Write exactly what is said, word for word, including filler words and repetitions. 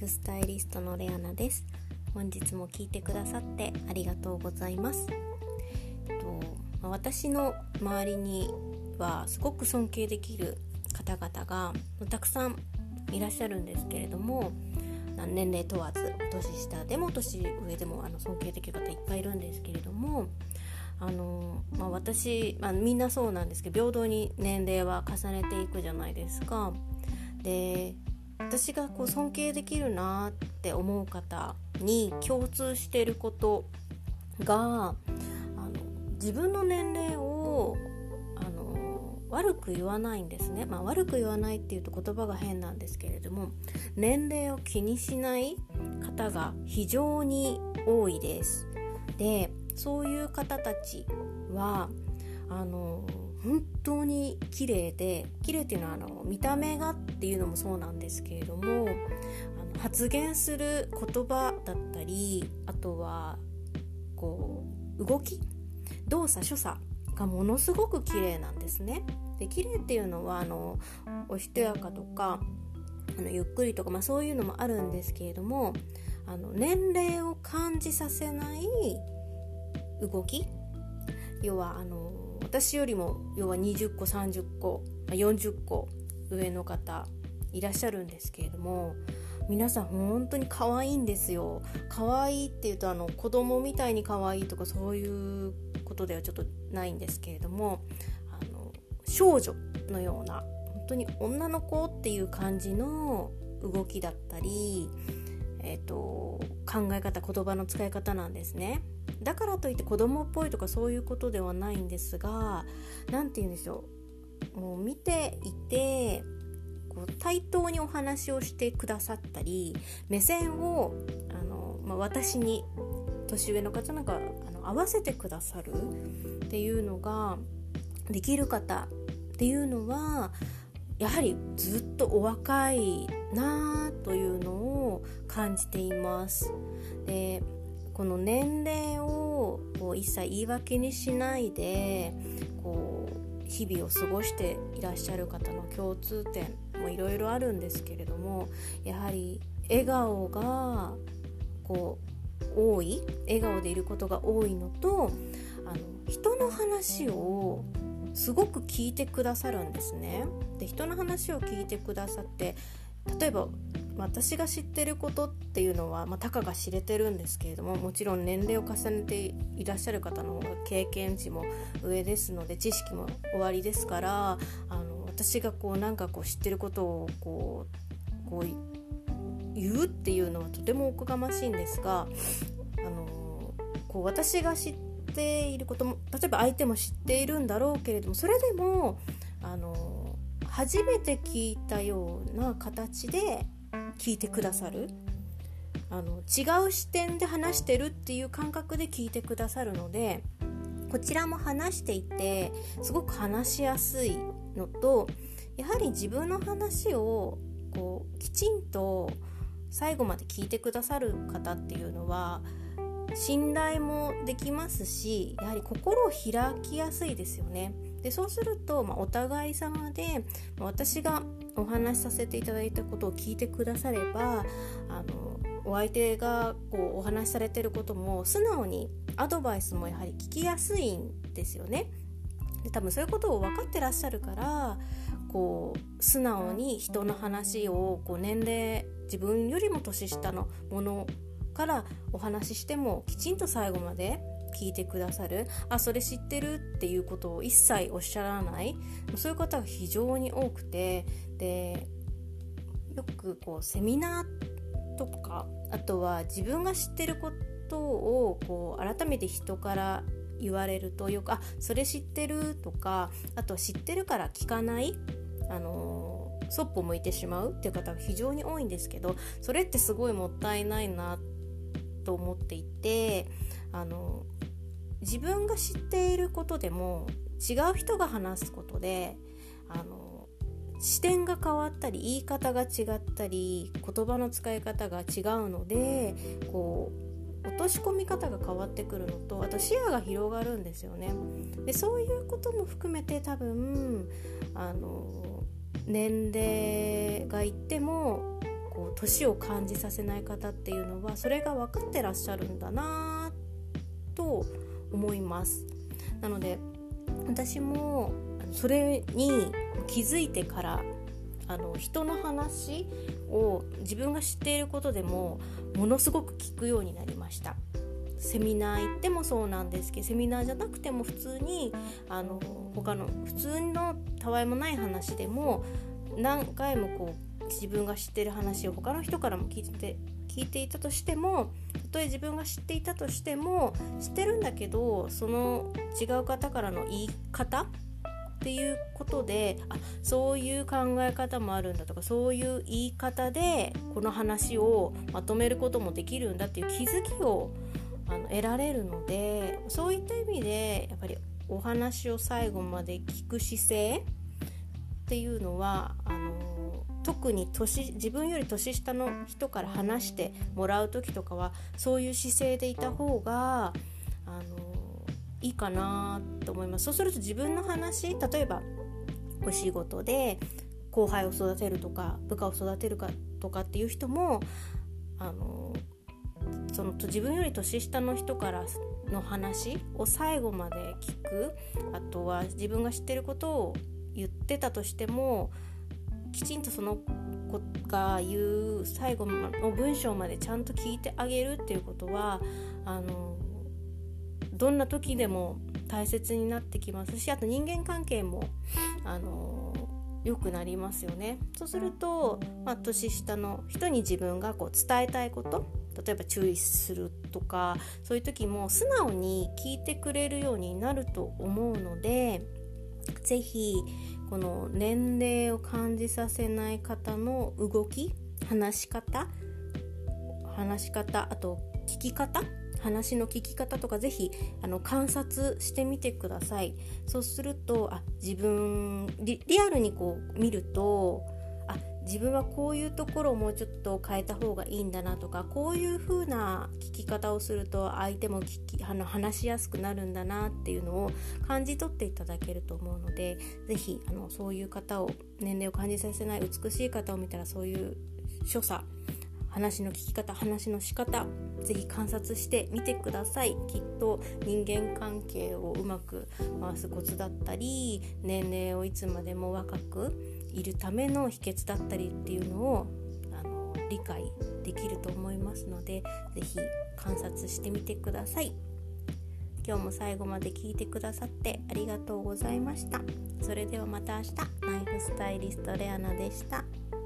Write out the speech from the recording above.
フスタイリストのレアナです。本日も聞いてくださってありがとうございます。と私の周りにはすごく尊敬できる方々がたくさんいらっしゃるんですけれども、年齢問わず年下でも年上でもあの尊敬できる方いっぱいいるんですけれども、あの、まあ、私、まあ、みんなそうなんですけど、平等に年齢は重ねていくじゃないですか。で、私がこう尊敬できるなって思う方に共通していることが、あの自分の年齢をあの悪く言わないんですね。まあ、悪く言わないっていうと言葉が変なんですけれども、年齢を気にしない方が非常に多いです。で、そういう方たちはあの本当に綺麗で、綺麗っていうのはあの見た目がっていうのもそうなんですけれども、あの発言する言葉だったり、あとはこう動き、動作、所作がものすごく綺麗なんですね。で、綺麗っていうのはあのおしとやかとかあのゆっくりとか、まあ、そういうのもあるんですけれども、あの年齢を感じさせない動き、要はあの私よりも要はにじゅっこさんじゅっこよんじゅっこ上の方いらっしゃるんですけれども、皆さん本当に可愛いんですよ。可愛いっていうとあの子供みたいに可愛いとかそういうことではちょっとないんですけれども、あの少女のような本当に女の子っていう感じの動きだったり、えーと、考え方、言葉の使い方なんですね。だからといって子供っぽいとかそういうことではないんですが、なんて言うんでしょう、もう見ていてこう対等にお話をしてくださったり、目線をあの、まあ、私に年上の方なんかあの合わせてくださるっていうのができる方っていうのは、やはりずっとお若いなというのを感じています。で、この年齢をこう一切言い訳にしないでこう日々を過ごしていらっしゃる方の共通点もいろいろあるんですけれども、やはり笑顔がこう多い、笑顔でいることが多いのと、あの人の話をすごく聞いてくださるんですね。で、人の話を聞いてくださって、例えば私が知ってることっていうのは、まあ、たかが知れてるんですけれども、もちろん年齢を重ねていらっしゃる方の方が経験値も上ですので、知識もおありですから、あの私がこうなんかこう知ってることをこう、こう言うっていうのはとてもおこがましいんですが、あのこう私が知っていることも、例えば相手も知っているんだろうけれども、それでもあの初めて聞いたような形で聞いてくださる、あの違う視点で話してるっていう感覚で聞いてくださるので、こちらも話していてすごく話しやすいのと、やはり自分の話をこうきちんと最後まで聞いてくださる方っていうのは信頼もできますし、やはり心を開きやすいですよね。で、そうすると、まあ、お互い様で、まあ、私がお話しさせていただいたことを聞いてくだされば、あのお相手がこうお話しされていることも素直にアドバイスもやはり聞きやすいんですよね。で、多分そういうことを分かってらっしゃるから、こう素直に人の話をこう年齢、自分よりも年下のものからお話ししてもきちんと最後まで聞いてくださる、あ、それ知ってるっていうことを一切おっしゃらない、そういう方が非常に多くて、で、よくこうセミナーとか、あとは自分が知ってることをこう改めて人から言われると、よく、あ、それ知ってるとか、あとは知ってるから聞かない、あのー、そっぽ向いてしまうっていう方が非常に多いんですけど、それってすごいもったいないなと思っていて、あの自分が知っていることでも違う人が話すことであの視点が変わったり、言い方が違ったり、言葉の使い方が違うので、こう落とし込み方が変わってくるのと、あと視野が広がるんですよね。で、そういうことも含めて多分あの年齢がいってもこう年を感じさせない方っていうのはそれが分かってらっしゃるんだなと思います。なので私もそれに気づいてからあの人の話を自分が知っていることでもものすごく聞くようになりました。セミナー行ってもそうなんですけど、セミナーじゃなくても普通にあの他の普通のたわいもない話でも何回もこう自分が知っている話を他の人からも聞いて聞いていたとしても、たとえ自分が知っていたとしても知ってるんだけどその違う方からの言い方っていうことで、あ、そういう考え方もあるんだとか、そういう言い方でこの話をまとめることもできるんだっていう気づきをあの得られるので、そういった意味でやっぱりお話を最後まで聞く姿勢っていうのはあの特に年自分より年下の人から話してもらう時とかはそういう姿勢でいた方があのいいかなと思います。そうすると自分の話、例えばお仕事で後輩を育てるとか部下を育てるかとかっていう人もあのその自分より年下の人からの話を最後まで聞く、あとは自分が知ってることを言ってたとしてもきちんとその子が言う最後の文章までちゃんと聞いてあげるっていうことはあのどんな時でも大切になってきますし、あと人間関係もあの良くなりますよね。そうすると、まあ、年下の人に自分がこう伝えたいこと、例えば注意するとかそういう時も素直に聞いてくれるようになると思うので、ぜひこの年齢を感じさせない方の動き、話し方話し方あと聞き方話の聞き方とかぜひあの観察してみてください。そうするとあ自分 リ, リアルにこう見るとあ自分はこういうところをもうちょっと変えた方がいいんだなとか、こういう風な聞き方をすると相手も聞きあの話しやすくなるんだなっていうのを感じ取っていただけると思うので、ぜひあのそういう方を年齢を感じさせない美しい方を見たらそういう所作、話の聞き方、話の仕方ぜひ観察してみてください。きっと人間関係をうまく回すコツだったり、年齢をいつまでも若くいるための秘訣だったりっていうのをあの理解できると思いますので、ぜひ観察してみてください。今日も最後まで聞いてくださってありがとうございました。それではまた明日。ライフスタイリストレアナでした。